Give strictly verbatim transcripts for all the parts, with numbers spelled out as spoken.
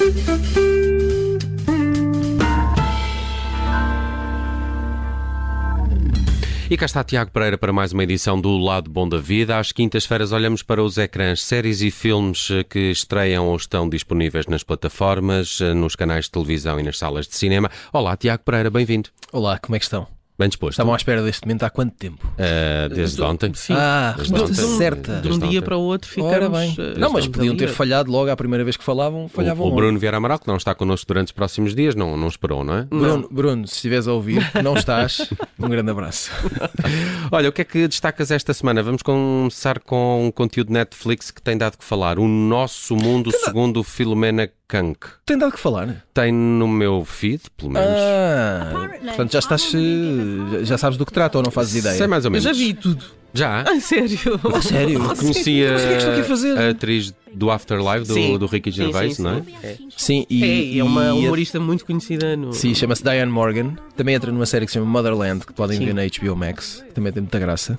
E cá está Tiago Pereira para mais uma edição do Lado Bom da Vida. Às quintas-feiras olhamos para os ecrãs, séries e filmes que estreiam ou estão disponíveis nas plataformas, nos canais de televisão e nas salas de cinema. Olá, Tiago Pereira, bem-vindo. Olá, como é que estão? Bem disposto. Estavam à espera deste momento há quanto tempo? Uh, desde ontem. Sim. Ah, Desde de, ontem. certa. De um dia para o outro ficamos... Ora bem. uh, Não, mas estamos podiam ter ali a- falhado logo à primeira vez que falavam, falhavam O, o logo. Bruno Vieira Amaral, que não está connosco durante os próximos dias, não, não esperou, não é? Bruno, Bruno, se estiveres a ouvir, que não estás, um grande abraço. Olha, o que é que destacas esta semana? Vamos começar com um conteúdo Netflix que tem dado que falar. O Nosso Mundo, segundo Filomena Kank. Tem dado que falar, né? Tem no meu feed, pelo menos. Ah, portanto já estás, eh, já sabes do que trata ou não fazes ideia? Sei mais ou Eu menos. já vi tudo. Já? Ah, sério? A sério? Conhecia Mas o que é que estou aqui a fazer? a atriz do Afterlife, do, Sim. do Ricky Sim, Gervais, sim, não é? sim. É, Sim, e, é, é uma e- humorista muito conhecida no... Sim, chama-se Diane Morgan. Também entra numa série que se chama Motherland, que podem Sim. ver na H B O Max. Também tem muita graça.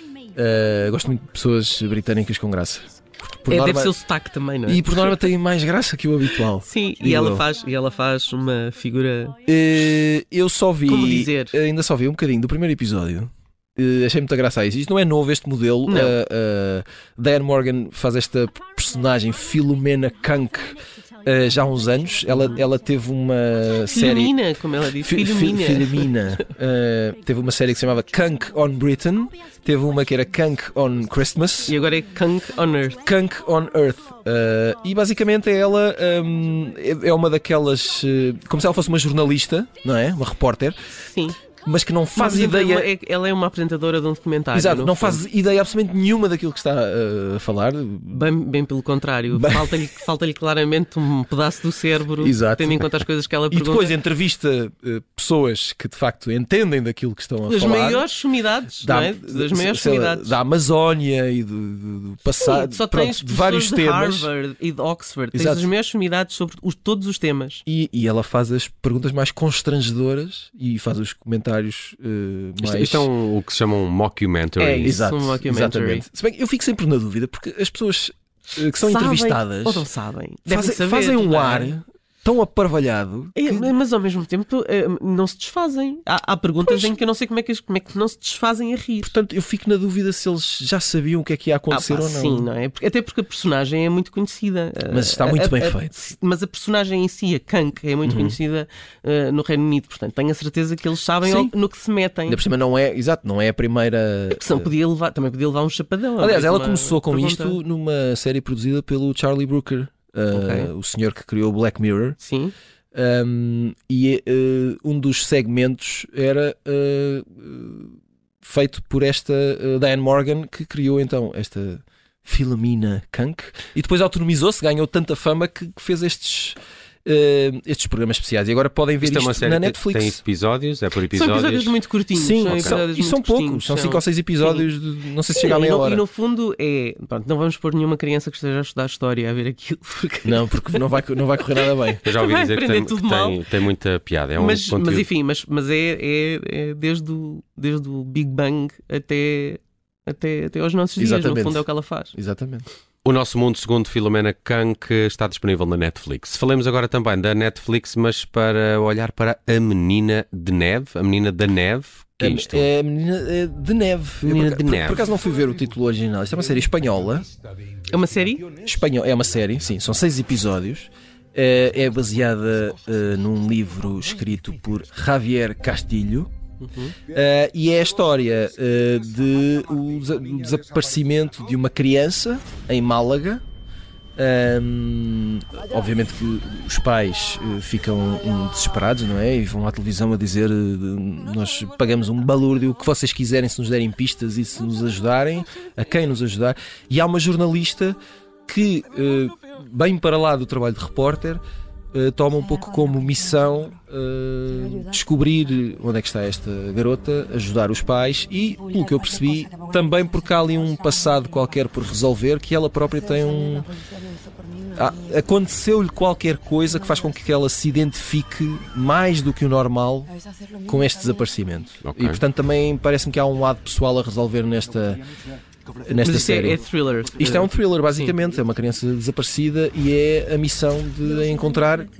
Uh, gosto muito de pessoas britânicas com graça. Por É, norma- deve ser o sotaque também, não é? E por norma tem mais graça que o habitual. Sim, e Digo ela, eu. faz, e ela faz uma figura... Uh, eu só vi. Como dizer? Ainda só vi um bocadinho do primeiro episódio. Uh, achei muita graça a isso. Isto não é novo, este modelo. Não. Uh, uh, Diane Morgan faz esta personagem, Filomena Kank, uh, já há uns anos. Ela, ela teve uma série. Filomena, como ela diz. Fi- fi- Filomena. Filomena. Uh, teve uma série que se chamava Kank on Britain. Teve uma que era Kank on Christmas. E agora é Kank on Earth. Kank on Earth. Uh, e basicamente ela um, é é uma daquelas. Uh, como se ela fosse uma jornalista, não é? Uma repórter, Sim. mas que não faz Por exemplo, ideia. é- ela é uma apresentadora de um documentário. Exato, no não fundo. faz ideia absolutamente nenhuma daquilo que está uh, a falar. Bem, bem pelo contrário. Bem- Falta-lhe falta-lhe claramente um pedaço do cérebro, Exato. tendo em conta as coisas que ela E pergunta. depois entrevista uh, pessoas que de facto entendem daquilo que estão a das falar. maiores sumidades, não é? Das maiores sei lá, sumidades. da Amazónia e do, do- do passado, Sim, só pronto, tens de vários pessoas temas. de Harvard e de Oxford. Tens Exato. as maiores sumidades sobre os- todos os temas. E, e ela faz as perguntas mais constrangedoras e faz os comentários uh, Isto, mais. isto é um, o que se chama um mockumentary. É isso. Exato, um mockumentary. exatamente. Se bem que eu fico sempre na dúvida porque as pessoas uh, que são Sabem entrevistadas Ou não sabem. Devem fazem, saber, fazem um não é? ar tão aparvalhado É, que- mas ao mesmo tempo eh, não se desfazem. Há, há perguntas Pois. em que eu não sei como é que, como é que não se desfazem a rir. portanto eu fico na dúvida se eles já sabiam o que é que ia Ah, acontecer pá, ou não. Sim, não é? Porque- até porque a personagem é muito conhecida. Mas está muito A- a- bem a- feito. Mas a personagem em si, a Kank, é muito Uhum. conhecida eh, no Reino Unido. Portanto, tenho a certeza que eles sabem Sim. ao- no que se metem. Ainda por cima não é, exato, não é a primeira. Porque senão podia levar, também podia levar um chapadão. Aliás, Mas ela uma começou com pergunta. isto numa série produzida pelo Charlie Brooker, uh, Ok. o senhor que criou o Black Mirror. Sim. Um, e uh, um dos segmentos era uh, uh, feito por esta uh, Diane Morgan, que criou então esta Filomena Kank e depois autonomizou-se, ganhou tanta fama que, que fez estes, uh, estes programas especiais. E agora podem ver Isto isto, é uma série na que tem Netflix. episódios, é por São episódios. episódios muito curtinhos. Sim, são são, episódios e são muito poucos, curtinhos, são cinco ou seis episódios, de, não sei se chega à Sim, meia e no, hora. E no fundo é. Pronto, não vamos pôr nenhuma criança que esteja a estudar história a ver aquilo. Porque... Não, porque não vai, não vai correr nada bem. Eu já ouvi Vai dizer que, aprender tem, tudo que mal. tem, tem muita piada. É um mas, conteúdo. mas enfim, mas, mas é, é, é desde, o, desde o Big Bang até, até, até aos nossos dias. Exatamente. No fundo é o que ela faz. Exatamente. O Nosso Mundo, segundo Filomena Kank, está disponível na Netflix. Falemos agora também da Netflix, mas para olhar para A Menina de Neve, A Menina da Neve. Que é isto? É a menina é, de neve. Menina Eu, por, de por- Neve. por acaso não fui ver o título original. Isto é uma série espanhola. É uma série? Espanhol, é uma série, sim, são seis episódios. Eh, É baseada eh, num livro escrito por Javier Castilho. Eh, e é a história eh, de o desa- o desaparecimento de uma criança em Málaga. Ahm, obviamente que os pais eh, ficam hum, desesperados, não é? E vão à televisão a dizer eh, de- nós pagamos um balúrdio, o que vocês quiserem, se nos derem pistas e se nos ajudarem, a quem nos ajudar. E há uma jornalista que, eh, bem para lá do trabalho de repórter, eh, toma um pouco como missão eh, descobrir onde é que está esta garota, ajudar os pais e, pelo que eu percebi, também porque há ali um passado qualquer por resolver, que ela própria tem um... Ah, aconteceu-lhe qualquer coisa que faz com que ela se identifique mais do que o normal com este desaparecimento. Ok. E portanto também parece-me que há um lado pessoal a resolver nesta, nesta Mas isto série. é, é thriller. Isto é um thriller, basicamente. Sim. É uma criança desaparecida e é a missão de a encontrar uh,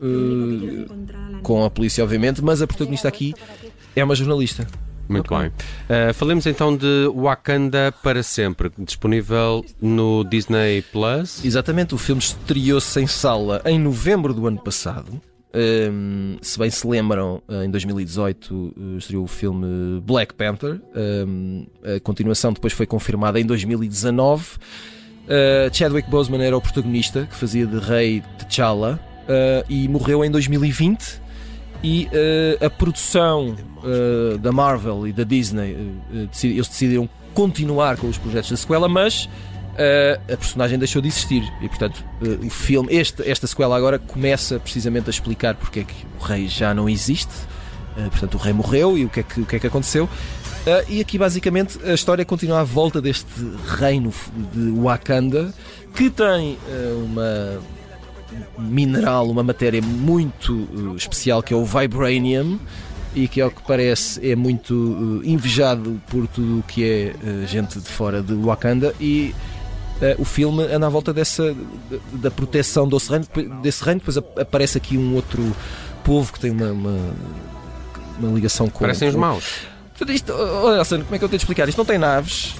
com a polícia, obviamente, mas a protagonista aqui é uma jornalista. Muito okay. bem. Uh, falemos então de Wakanda para sempre, disponível no Disney Plus. Exatamente, o filme estreou-se em sala em novembro do ano passado. Um, se bem se lembram, em dois mil e dezoito estreou o filme Black Panther. Um, a continuação depois foi confirmada em dois mil e dezanove. Uh, Chadwick Boseman era o protagonista, que fazia de rei T'Challa, uh, e morreu em dois mil e vinte. E uh, a produção uh, da Marvel e da Disney, uh, decidi, eles decidiram continuar com os projetos da sequela, mas uh, a personagem deixou de existir. E portanto uh, o filme, este, esta sequela agora começa precisamente a explicar porque é que o rei já não existe. Uh, portanto o rei morreu e o que é que, o que, é que aconteceu. Uh, e aqui basicamente a história continua à volta deste reino de Wakanda, que tem uh, uma... mineral, uma matéria muito uh, especial, que é o Vibranium, e que, ao que parece, é muito uh, invejado por tudo o que é uh, gente de fora de Wakanda. E uh, o filme anda à volta dessa, da proteção desse reino, desse reino. Depois aparece aqui um outro povo que tem uma, uma, uma ligação com... Parecem com... os maus. Isto, olha, Sano, como é que eu tenho de explicar? Isto não tem naves.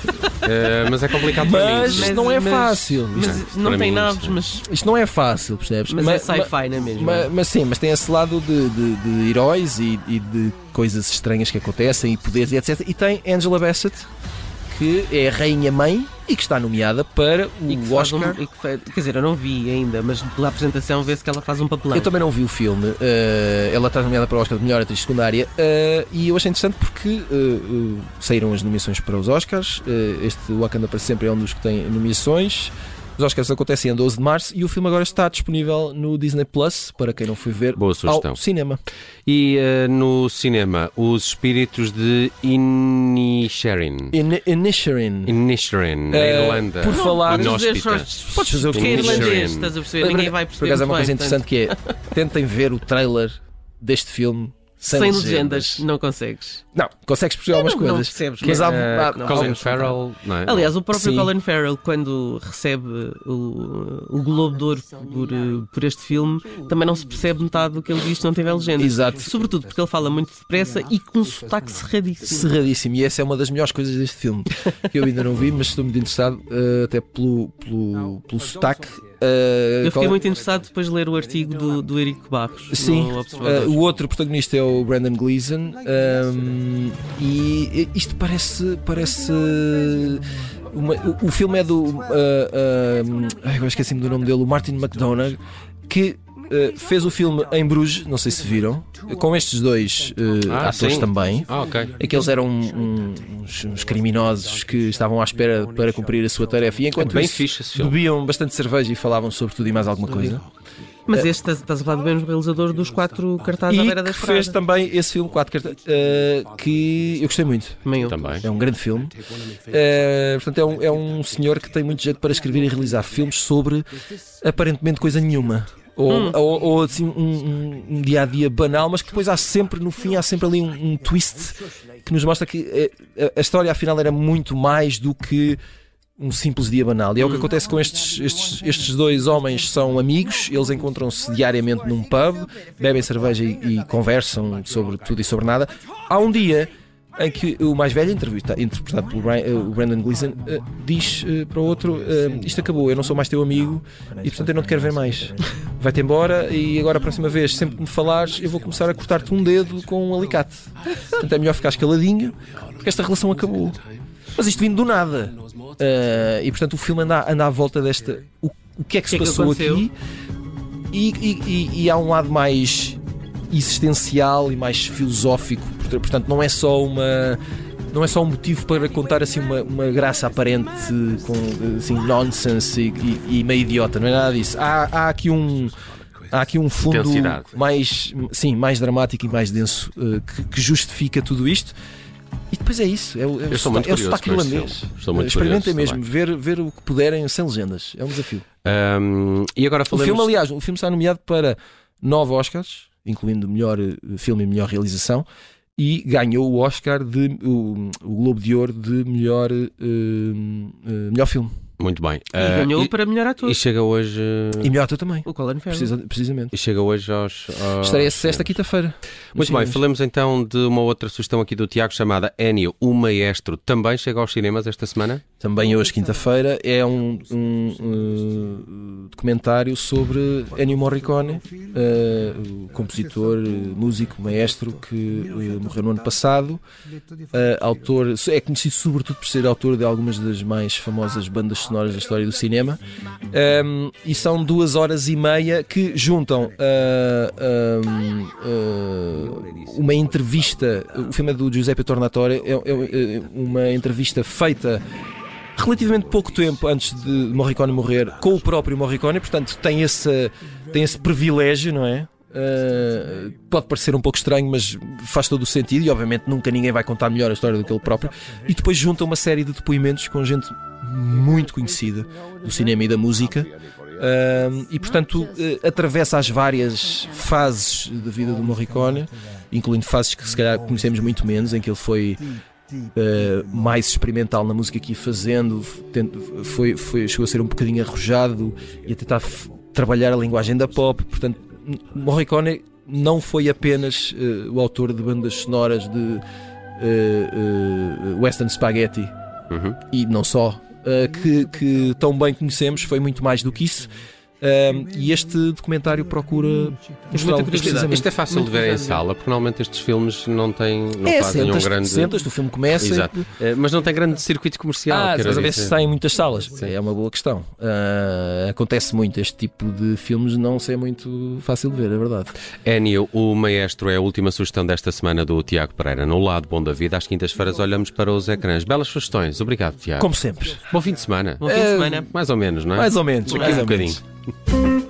Uh, mas é complicado para mas mim. Mas não é fácil. Mas, isto, mas não tem mim, naves, sim. mas... Isto não é fácil, percebes? Mas, mas é sci-fi, não é mesmo? Mas, mas sim, mas tem esse lado de, de, de heróis e, e de coisas estranhas que acontecem e poderes e etcétera. E tem Angela Bassett, que é a rainha-mãe e que está nomeada para o e que Oscar. Um, e que faz, quer dizer, eu não vi ainda, mas pela apresentação vê-se que ela faz um papelão. Eu também não vi o filme. Uh, ela está nomeada para o Oscar de melhor atriz secundária, uh, e eu achei interessante porque uh, uh, saíram as nomeações para os Oscars. Uh, este Wakanda para sempre é um dos que tem nomeações. Os Oscars acontecem a doze de março e o filme agora está disponível no Disney Plus, para quem não foi ver. Boa sugestão. Ao cinema. E uh, no cinema, Os Espíritos de Inisherin. In, Inisherin. Inisherin, na Uh, Irlanda. por falar- Inóspita. Podes fazer o que Que é Inisherin. irlandês, estás a perceber? Ninguém vai Por perceber. acaso é uma muito coisa bem, interessante que é: tentem ver o trailer deste filme sem, Sem legendas. legendas, não consegues. Não, consegues perceber algumas Não, não coisas. percebes, Mas há, Uh, há- há- Colin há- Farrell, não é? Aliás, o próprio Sim. Colin Farrell, quando recebe o, o Globo de Ouro por, eh, por este filme, também não se percebe metade do que ele diz se não tiver legenda. Exato. Sobretudo porque ele fala muito depressa e com um sotaque cerradíssimo. Cerradíssimo, e essa é uma das melhores coisas deste filme, que eu ainda não vi, mas estou muito interessado, uh, até pelo, pelo, pelo sotaque. Uh, Eu fiquei qual- muito interessado depois de ler o artigo do, do Érico Barros. Sim, no Observador. uh, o outro protagonista é o Brendan Gleeson, um, e isto parece. parece uma, o, o filme é do. Uh, uh, ai, agora esqueci-me do nome dele, o Martin McDonagh, que uh, fez o filme em Bruges, não sei se viram, com estes dois uh, Ah, atores sim. também. Ah, ok. Aqueles eram um, uns, uns criminosos que estavam à espera para cumprir a sua tarefa, e enquanto Bem isso, fixe esse filme. bebiam bastante cerveja e falavam sobre tudo e mais alguma coisa. Mas este estás, estás a falar do mesmo realizador dos quatro cartazes à E beira da que estrada. fez também esse filme, quatro cartas, uh, que eu gostei muito. Também eu. Também. É um grande filme. Uh, portanto, é um, é um senhor que tem muito jeito para escrever e realizar filmes sobre aparentemente coisa nenhuma. Ou, Hum. ou, ou assim, um, um, um dia a dia banal, mas que depois há sempre, no fim, há sempre ali um, um twist que nos mostra que uh, a, a história afinal era muito mais do que um simples dia banal. E é o que acontece com estes, estes, estes dois homens. São amigos, eles encontram-se diariamente num pub, bebem cerveja e, e conversam sobre tudo e sobre nada. Há um dia em que o mais velho, interpretado pelo Brian, uh, o Brendan Gleeson, uh, diz uh, para o outro: uh, isto acabou, eu não sou mais teu amigo e portanto eu não te quero ver mais. Vai-te embora e agora a próxima vez, sempre que me falares, eu vou começar a cortar-te um dedo com um alicate. Portanto é melhor ficares caladinho, porque esta relação acabou. Mas isto vindo do nada. Uh, e portanto o filme anda, anda à volta desta. O, o que é que se Que é que passou aconteceu? aqui? E, e, e, e há um lado mais existencial e mais filosófico. Portanto, não é só uma. Não é só um motivo para contar assim uma, uma graça aparente com assim, nonsense e, e, e meio idiota, não é nada disso. Há, há aqui um. Há aqui um fundo Intensidade. mais, sim, mais dramático e mais denso uh, que, que justifica tudo isto. E depois é isso, é o, é o Eu sou muito sotaque- é o curioso sotaque com este irlandês. filme. Estou muito Experimentem curioso mesmo, ver, ver o que puderem sem legendas. É um desafio. Um, e agora O falamos... filme, aliás, o filme está nomeado para nove Oscars, incluindo melhor eh, filme e melhor realização, e ganhou o Oscar, de, o, o Globo de Ouro de melhor, uh, uh, melhor filme. Muito bem. E uh, ganhou e, para melhor ator. E chega hoje... Uh... E melhor ator também. O Colin Farrell. Precisa, precisamente. E chega hoje aos... aos... Estreia-se esta quinta-feira. Muito bem, falemos então de uma outra sugestão aqui do Tiago, chamada Ennio, o Maestro. Também chega aos cinemas esta semana? Também hoje, quinta-feira. É um, um, um documentário sobre Ennio Morricone, uh, o compositor, músico, maestro, que uh, morreu no ano passado. Uh, autor, é conhecido sobretudo por ser autor de algumas das mais famosas bandas sonoras da história do cinema. Um, e são duas horas e meia que juntam uh, um, uh, uma entrevista. O filme é do Giuseppe Tornatore. É, é uma entrevista feita relativamente pouco tempo antes de Morricone morrer com o próprio Morricone, portanto tem esse, tem esse privilégio, não é? Uh, pode parecer um pouco estranho, mas faz todo o sentido, e obviamente nunca ninguém vai contar melhor a história do que ele próprio. E depois junta uma série de depoimentos com gente muito conhecida do cinema e da música, uh, e portanto uh, atravessa as várias fases da vida do Morricone, incluindo fases que se calhar conhecemos muito menos, em que ele foi Uh, mais experimental na música que ia fazendo, foi, foi, chegou a ser um bocadinho arrojado e a tentar f- trabalhar a linguagem da pop. Portanto, Morricone não foi apenas uh, o autor de bandas sonoras de uh, uh, Western Spaghetti, uhum. e não só, uh, que, que tão bem conhecemos, foi muito mais do que isso. Um, e este documentário procura mostrar precisamente. Isto é fácil muito de ver em sala, porque normalmente estes filmes não têm, não é, fazem sentas, um grande... sentas, o filme começa. Exato. E... mas não tem grande circuito comercial. Ah, estás a ver se está em muitas salas. Sim. É uma boa questão. Uh, acontece muito este tipo de filmes não ser muito fácil de ver, é verdade. Ennio, o Maestro, é a última sugestão desta semana do Tiago Pereira. No Lado Bom da Vida, às quintas-feiras olhamos para os ecrãs. Belas sugestões. Obrigado, Tiago. Como sempre. Bom fim de semana. Bom fim de semana. Mais ou menos, não é? Mais ou menos. Aqui mais um ou bocadinho. Menos.